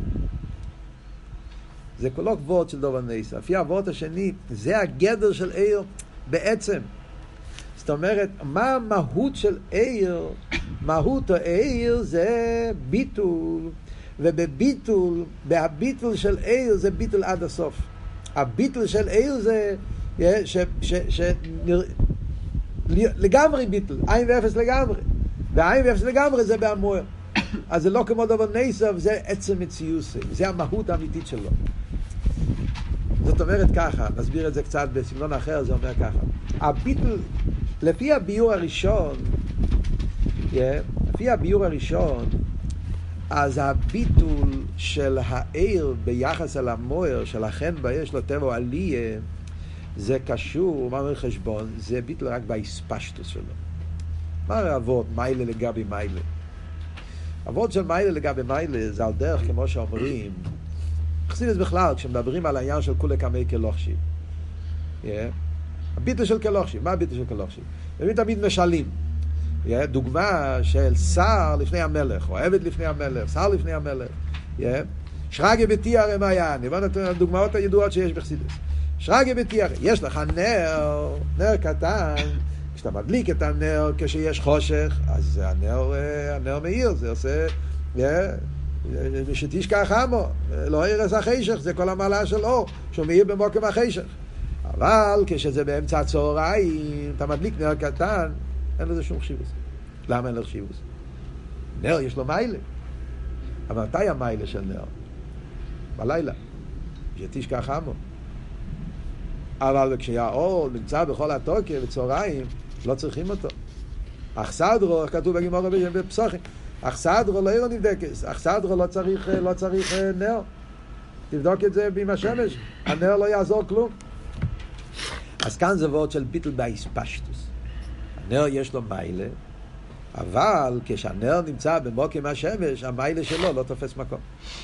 A: זה לא כבוד של דובר נסף. לפי העבוד השני, זה הגדר של עיר בעצם. זאת אומרת, מה המהות של עיר? מהות העיר זה ביטול. ובביטול, בהביטול של עיר זה ביטול עד הסוף. הביטול של עיר זה ש, ש, ש, נר, לגמרי ביטול, עין ואפס לגמרי. והעין ואפס לגמרי זה בהמוער. אז זה לא כמו דבר נסף, זה עצם מציוסי, זה המהות האמיתית שלו. זאת אומרת ככה, נסביר את זה קצת בסגנון אחר, זה אומר ככה. הביטל לפי הביור הראשון, yeah, לפי הביור הראשון, אז הביטול של העיר ביחס אל המוער, שלכן יש לו טבע עלייה, זה קשור, מה אומר חשבון? זה ביטול רק בהספשטוס שלו. מה העבוד? מיילה לגבי מיילה. העבוד של מיילה לגבי מיילה זה על דרך, כמו שאומרים, חסידות בכלל, כשמדברים על העניין של כולי קמי כלוכשי. Yeah. הביטול של כלוכשי, מה הביטול של כלוכשי? זה תמיד משלים. Yeah. דוגמה של שר לפני המלך, או עבד לפני המלך, שר לפני המלך. Yeah. שרגי בתיאר מעיין, הבנת הדוגמאות הידועות שיש בחסידות. שרגי בתיאר, יש לך נר, נר קטן, כשאתה מדליק את הנר כשיש חושך, אז הנר, הנר מאיר, זה עושה, שתשכח עמו, לא ירס החשך, זה כל המעלה של אור, שהוא מאיר במוקם החשך. אבל כשזה באמצע הצהריים, אתה מדליק נר קטן, אין לזה שום חשיבות. למה אין לו חשיבות? נר יש לו מיילה. אבל מתי המיילה של נר? בלילה, שתשכח עמו. אבל כשהאור נמצא בכל התוקף בצהריים, לא צריכים אותו. אך סדרו, כתוב בגימור בפסוחים, אך סדרו לא ירו נבדקס, אך סדרו לא צריך, לא צריך נר. תבדוק את זה עם השמש, הנר לא יעזור כלום. אז כאן זה וורט של ביטל בהספשטוס. הנר יש לו מיילה, אבל כשהנר נמצא במוקם השמש, המיילה שלו לא תופס מקום.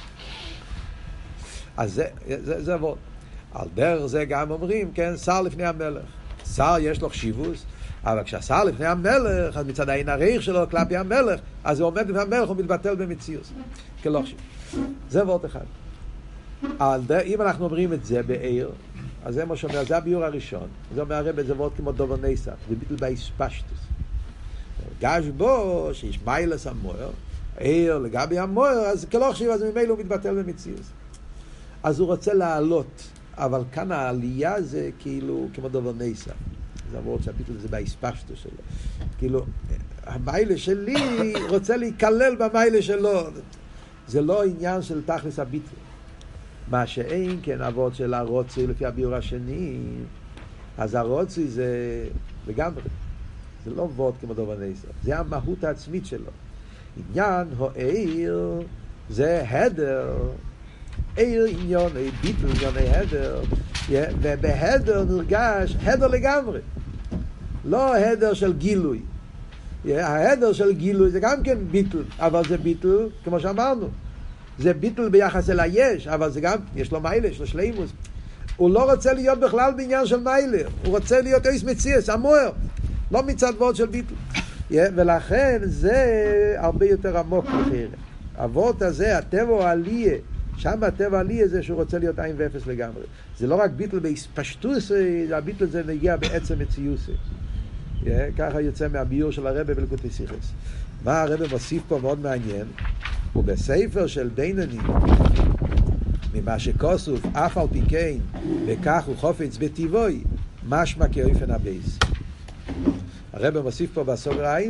A: אז זה, זה, זה וורט. על דרך זה גם אומרים, כן, שר לפני המלך. שר יש לו חשיבוס, אבל כשהשר לפני המלך, אז מצד העין הריח שלו כלפי המלך, אז הוא עומד לפני המלך, הוא מתבטל במציאות. כלוכשי. זה וורט אחד. על דרך, אם אנחנו אומרים את זה בעיר, אז זה מה שאומר, זה הביור הראשון. זה אומר הרב, זה וורט כמו דובר נסח, זה ביטל בהספשטוס. גש בו, שיש מיילס המוער, עיר לגבי המוער, אז כלוכשי, אז ממילא הוא מתבטל במציאות. אז הוא רוצה לעלות, אבל כאן העלייה זה כאילו כמו דובר נסח. זה עבוד שהביטל זה בהספשטוס שלו. כאילו, המיילה שלי רוצה להיכלל במיילה שלו. זה לא עניין של תכלס הביטל. מה שאין כן עבוד של הרוצי לפי הביור השני, אז הרוצי זה לגמרי. זה לא עבוד כמו דובר נסח. זה המהות העצמית שלו. עניין העיר זה הדר. עיר עניוני, ביטל עניוני הדר, ובהדר נרגש הדר לגמרי, לא הדר של גילוי. ההדר של גילוי זה גם כן ביטל, אבל זה ביטל כמו שאמרנו, זה ביטל ביחס אל היש, אבל זה גם, יש לו מיילה, יש לו שלימוס. הוא לא רוצה להיות בכלל בעניין של מיילה, הוא רוצה להיות איס מציאס, המוער, לא מצד וורט של ביטל. ולכן זה הרבה יותר עמוק לחיר. הוורט הזה, הטבע העלייה, שם הטבע העלייה זה שהוא רוצה להיות עין ואפס לגמרי. זה לא רק ביטל בהספשטוס, הביטל זה נגיע בעצם מציוסי. ככה יוצא מהביור של הרב בליקוטי שיחס. מה הרב מוסיף פה מאוד מעניין, הוא בספר של בינני, ממה שכוסוף אף על פי כן, וכך הוא חופץ בטבעוי, משמע כאופן הבייס. הרב מוסיף פה בסוגריים,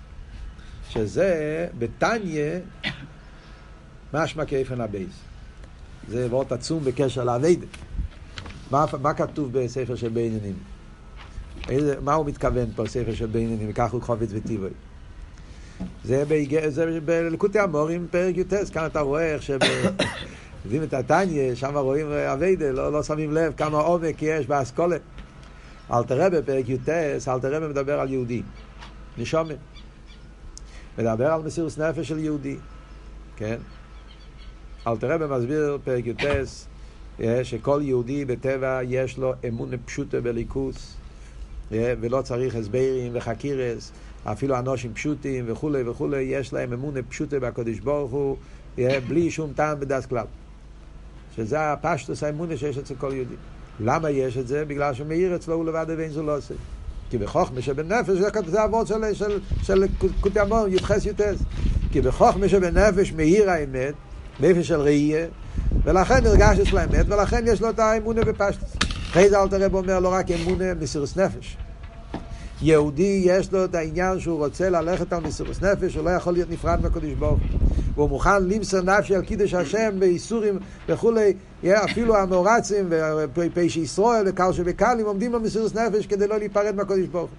A: שזה בתניה, משמע כאופן הבייס. זה וורט עצום בקשר לעבד. מה, מה כתוב בספר של ביננים? איזה, מה הוא מתכוון פה בספר של ביננים? וכך הוא חופץ וטבעי. זה, זה בליקוטי המורים פרק יוטס. כאן אתה רואה איך שבבים את התניה, שם רואים עבד, לא, לא שמים לב כמה עומק יש באסכולה. אלתר רבי בפרק יוטס, אלתר רבי מדבר על יהודי. נשומה. מדבר על מסירות נפש של יהודי. כן? אלתר רבי מסביר פרק יוטס שכל יהודי בטבע יש לו אמונה פשוטה בליכוס, ולא צריך הסברים וחקירס, אפילו אנושים פשוטים וכו' וכו', יש להם אמונה פשוטה בקדוש ברוך הוא, בלי שום טעם בדעת כלל. שזה הפשטוס האמונה שיש אצל כל יהודי. למה יש את זה? בגלל שמאיר אצלו הוא לבד ואין זו לא עושה. כי בחוכמה שבנפש, זה אבות של, של, של קוטי המון, יתחס יוטס. כי בחוכמה שבנפש מאיר האמת, נפש של ראייה, ולכן נרגש אצל האמת, ולכן יש לו את האמונה בפשטוס. אחרי זה אלתר רבי אומר לא רק אמונה, מסירות נפש. יהודי יש לו את העניין שהוא רוצה ללכת על מסירות נפש, הוא לא יכול להיות נפרד מהקדוש ברוך הוא. והוא מוכן למסור נפשי על קידוש השם באיסורים וכולי, אפילו המאורצים ופשע ישראל וקל שבקלים עומדים במסירות נפש כדי לא להיפרד מהקדוש ברוך הוא.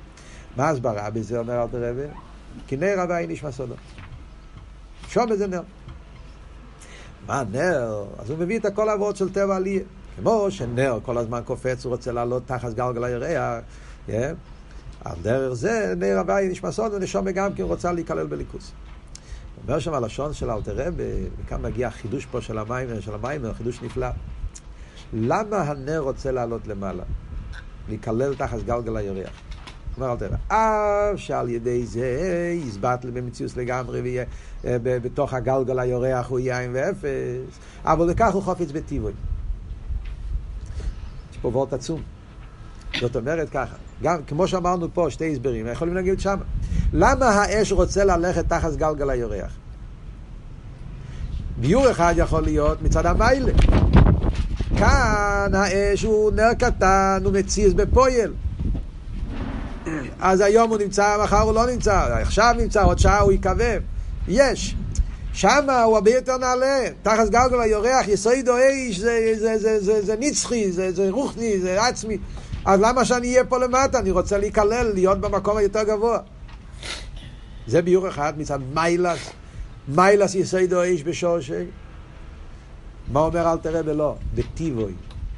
A: מה הסברה בזה, אומר אלתר רבי? כי נר הווי נשמע סודו. שום איזה נר. מה נר? אז הוא מביא את הכל העבוד של טבע עלייה. כמו שנר כל הזמן קופץ, הוא רוצה לעלות תחת גלגל הירח. על דרך זה, נר הווי נשמע סודו, ונשום גם כן רוצה להיכלל בליכוס. אומר שם הלשון של אלתר רבי, וכאן מגיע החידוש פה של המים, של המים, חידוש נפלא. למה הנר רוצה לעלות למעלה? להיכלל תחת גלגל הירח. אומר אלתר רבי, אף שעל ידי זה יסבטל במציאות לגמרי, ויהיה בתוך הגלגל הירח הוא יהיה עם ואפס, אבל לכך הוא חופץ בטבעו. יש פה וורט עצום. זאת אומרת ככה, גם כמו שאמרנו פה, שתי הסברים, יכולים להגיד שם. למה האש רוצה ללכת תחת גלגל הירח? ביור אחד יכול להיות מצד המיילה. כאן האש הוא נר קטן, הוא מציז בפועל. אז היום הוא נמצא, מחר הוא לא נמצא, עכשיו נמצא, עוד שעה הוא יקבב. יש. שמה הוא הרבה יותר נעלה, תחת גלגל הירח, יסוד או איש, זה, זה, זה, זה, זה נצחי, זה, זה רוחני, זה עצמי. אז למה שאני אהיה פה למטה? אני רוצה להיכלל, להיות במקום היותר גבוה. זה ביור אחד מצד מיילס, מיילס יסוד או איש בשורשי. מה אומר אלתר רבי? לא, בטיבוי.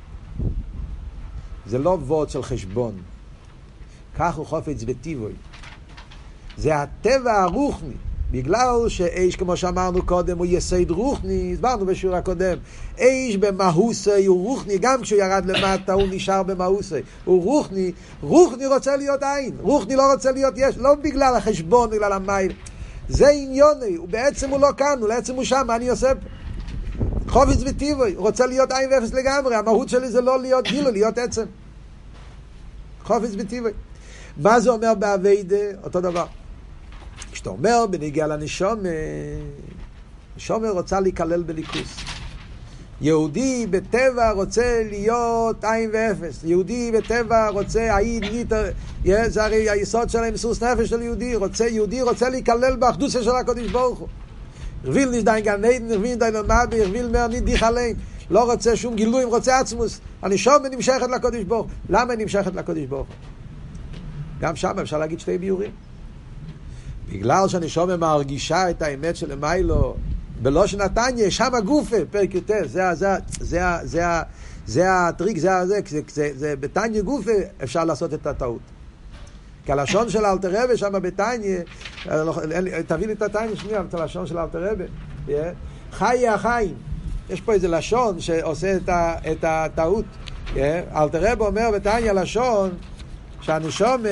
A: זה לא וורט של חשבון. כך הוא חופץ בטיבוי. זה הטבע הרוחני. בגלל שאיש, כמו שאמרנו קודם, הוא יסוד רוחני, הסברנו בשיעור הקודם, איש במהוסי הוא רוחני, גם כשהוא ירד למטה הוא נשאר במהוסי, הוא רוחני, רוחני רוצה להיות עין, רוחני לא רוצה להיות יש, לא בגלל החשבון, בגלל המייל, זה עניוני, ובעצם הוא לא כאן, בעצם הוא שם, מה אני עושה פה? חופץ וטיבוי, הוא רוצה להיות עין ואפס לגמרי, המהות שלי זה לא להיות גילו, להיות עצם. חופץ וטיבוי. מה זה אומר בעבודה? אותו דבר. כשאתה אומר בנגיע לנשום, נשום רוצה להיכלל בליכוס. יהודי בטבע רוצה להיות עין ואפס. יהודי בטבע רוצה, העיד, זה הרי היסוד של המסוס נפש של יהודי. רוצה, יהודי רוצה להיכלל באחדות של הקודש ברוך הוא. הרביל נשדיין גן עדן, הרביל נשדיין למבי, הרביל מר נידיך עליהם. לא רוצה שום גילויים, רוצה עצמוס. הנשום נמשכת לקודש ברוך הוא. למה נמשכת לקודש ברוך הוא? גם שם אפשר להגיד שתי ביורים. בגלל שהנשום מרגישה את האמת של מיילו, בלא שנתניה, שם הגופה, פרק יותר, זה, זה, זה, זה, זה הטריק, זה, זה, זה, זה, זה, בתניה גופה אפשר לעשות את הטעות. כי הלשון של אלתר רבי שם בתניה, תביא לי את התניה שנייה, את הלשון של אלתר רבי, חיי החיים, יש פה איזה לשון שעושה את, ה, את הטעות. אלתר רבי אומר בתניה לשון, שהנשום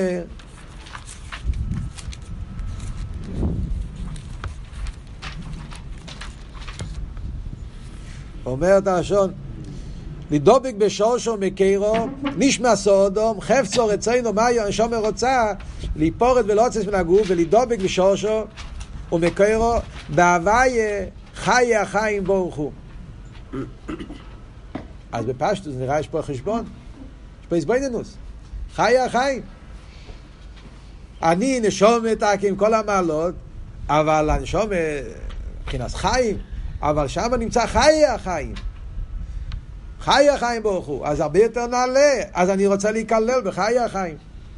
A: אומר את הלשון, לדובק בשורשו מקרו, נשמע סודום, חפצו רצינו, מה הנשום רוצה? להיפורת ולהוצץ מן הגוף, ולדובק בשורשו ומקרו, בהוויה חיי החיים ברוך הוא. אז בפשטוס נראה יש פה חשבון, יש פה הסבוינינוס, חיי החיים. אני נשום עם כל המעלות, אבל הנשום מבחינת חיים, אבל שם נמצא חיי החיים. חיי החיים ברוך הוא. אז הרבה יותר נעלה. אז אני רוצה להיכלל בחיי החיים.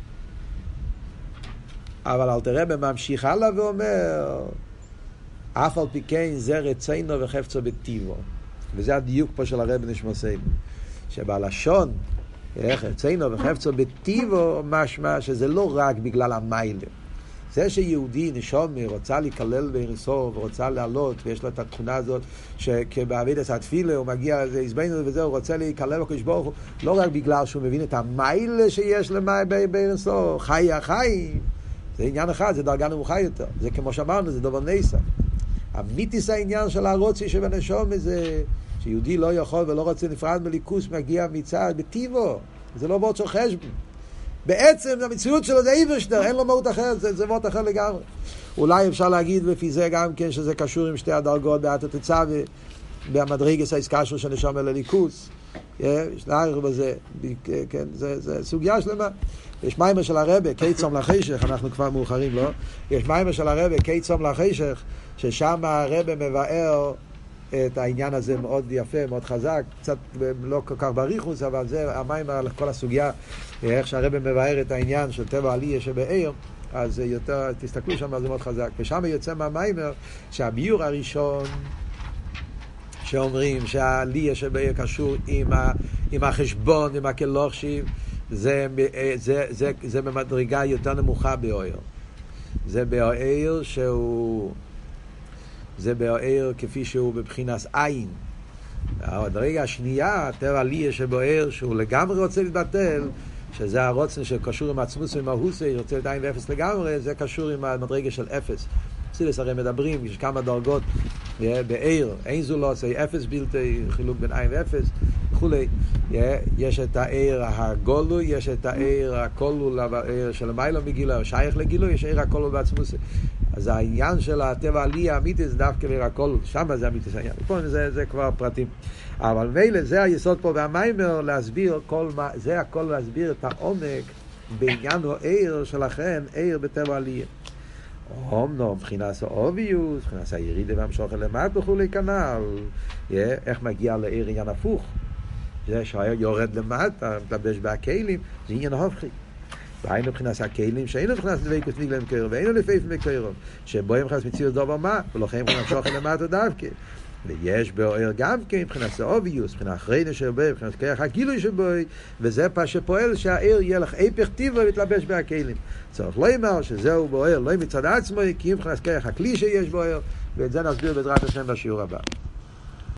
A: אבל אלתר רבי ממשיך הלאה ואומר, אף על פי כן זה רצינו וחפצו בטיבו. וזה הדיוק פה של הרבי נשמוסיינו. שבלשון, רצינו וחפצו בטיבו, משמע שזה לא רק בגלל המיילה. זה שיהודי נשום רוצה להיכלל באינסוף ורוצה לעלות ויש לו את התכונה הזאת שכבעבודת התפילה הוא מגיע זה יזבנו וזה הוא רוצה להיכלל בקדוש ברוך הוא לא רק בגלל שהוא מבין את המיילה שיש באינסוף חי החיים זה עניין אחד, זה דרגה נמוכה יותר, זה כמו שאמרנו, זה דבר נסה. אמיתיס העניין של הרוצי שבנשום זה שיהודי לא יכול ולא רוצה נפרד מליכוס מגיע מצד בטיבו, זה לא וורט של חשבון. בעצם המציאות שלו זה איברשטר, אין לו מהות אחרת, זה, זה וורט אחר לגמרי. אולי אפשר להגיד לפי זה גם כן שזה קשור עם שתי הדרגות באתו תצא ובמדרגס ההסקשור של נשום אל הליכוס. יש נערך בזה, כן, זה, זה סוגיה שלמה. יש מיימר של הרבי, קיצום לחשך, אנחנו כבר מאוחרים, לא? יש מיימר של הרבי, קיצום לחשך, ששם הרבי מבאר את העניין הזה מאוד יפה, מאוד חזק, קצת לא כל כך בריחוס, אבל זה המים על כל הסוגיה, איך שהרבא מבאר את העניין של טבע עלייה שבעיר, אז יותר, תסתכלו שם, זה מאוד חזק. ושם יוצא מהמיימר שהביור הראשון שאומרים שהעלייה שבעיר קשור עם, ה, עם החשבון, עם הכלוכשיב, זה, זה, זה, זה במדרגה יותר נמוכה באויר. זה באויר שהוא, זה באויר כפי שהוא בבחינס עין. הדרגה השנייה, טבע עלייה שבאיר, שהוא לגמרי רוצה להתבטל, שזה הרוצן שקשור עם עצמוס ומהוסי, רוצה להיות עין ואפס לגמרי, זה קשור עם המדרגה של אפס. סילס הרי מדברים, יש כמה דרגות בעיר, אין זו לא עושה אפס בלתי, חילוק בין עין ואפס וכולי. יש את העיר הגולו, יש את העיר הקולו, העיר של המיילו מגילו, שייך לגילו, יש עיר הקולו בעצמוס. אז העניין של הטבע עלייה האמיתי זה דווקא עיר הקולו, שם זה אמיתי העניין. פה זה, זה כבר פרטים. אבל מילא זה היסוד פה והמיימר להסביר כל מה, זה הכל להסביר את העומק בעניין העיר שלכן, עיר בטבע עלייה. אומנם, מבחינת האוביוס, מבחינת הירידה והמשוך למטה וכולי כנ"ל, איך מגיע לעיר עניין הפוך? זה שהעיר יורד למטה, מתלבש בהכלים, זה עניין הופכי. והיינו מבחינת הכלים, שאינו מבחינת דבקות נגלם קרוב, ואינו לפעמים מקרוב, שבו הם מבחינת מציאות דבר מה, ולכן הם המשוך למטה דווקא. ויש בעיר גם כן, מבחינת האוביוס, מבחינת אחרינו שבו, מבחינת כרך הגילוי שבו, וזה פה שפועל שהעיר יהיה לך היפך טבע להתלבש בהכלים. צריך לא אמר שזהו בעיר, לא מצד עצמו, כי מבחינת כרך הכלי שיש בעיר, ואת זה נסביר בעזרת השם בשיעור הבא.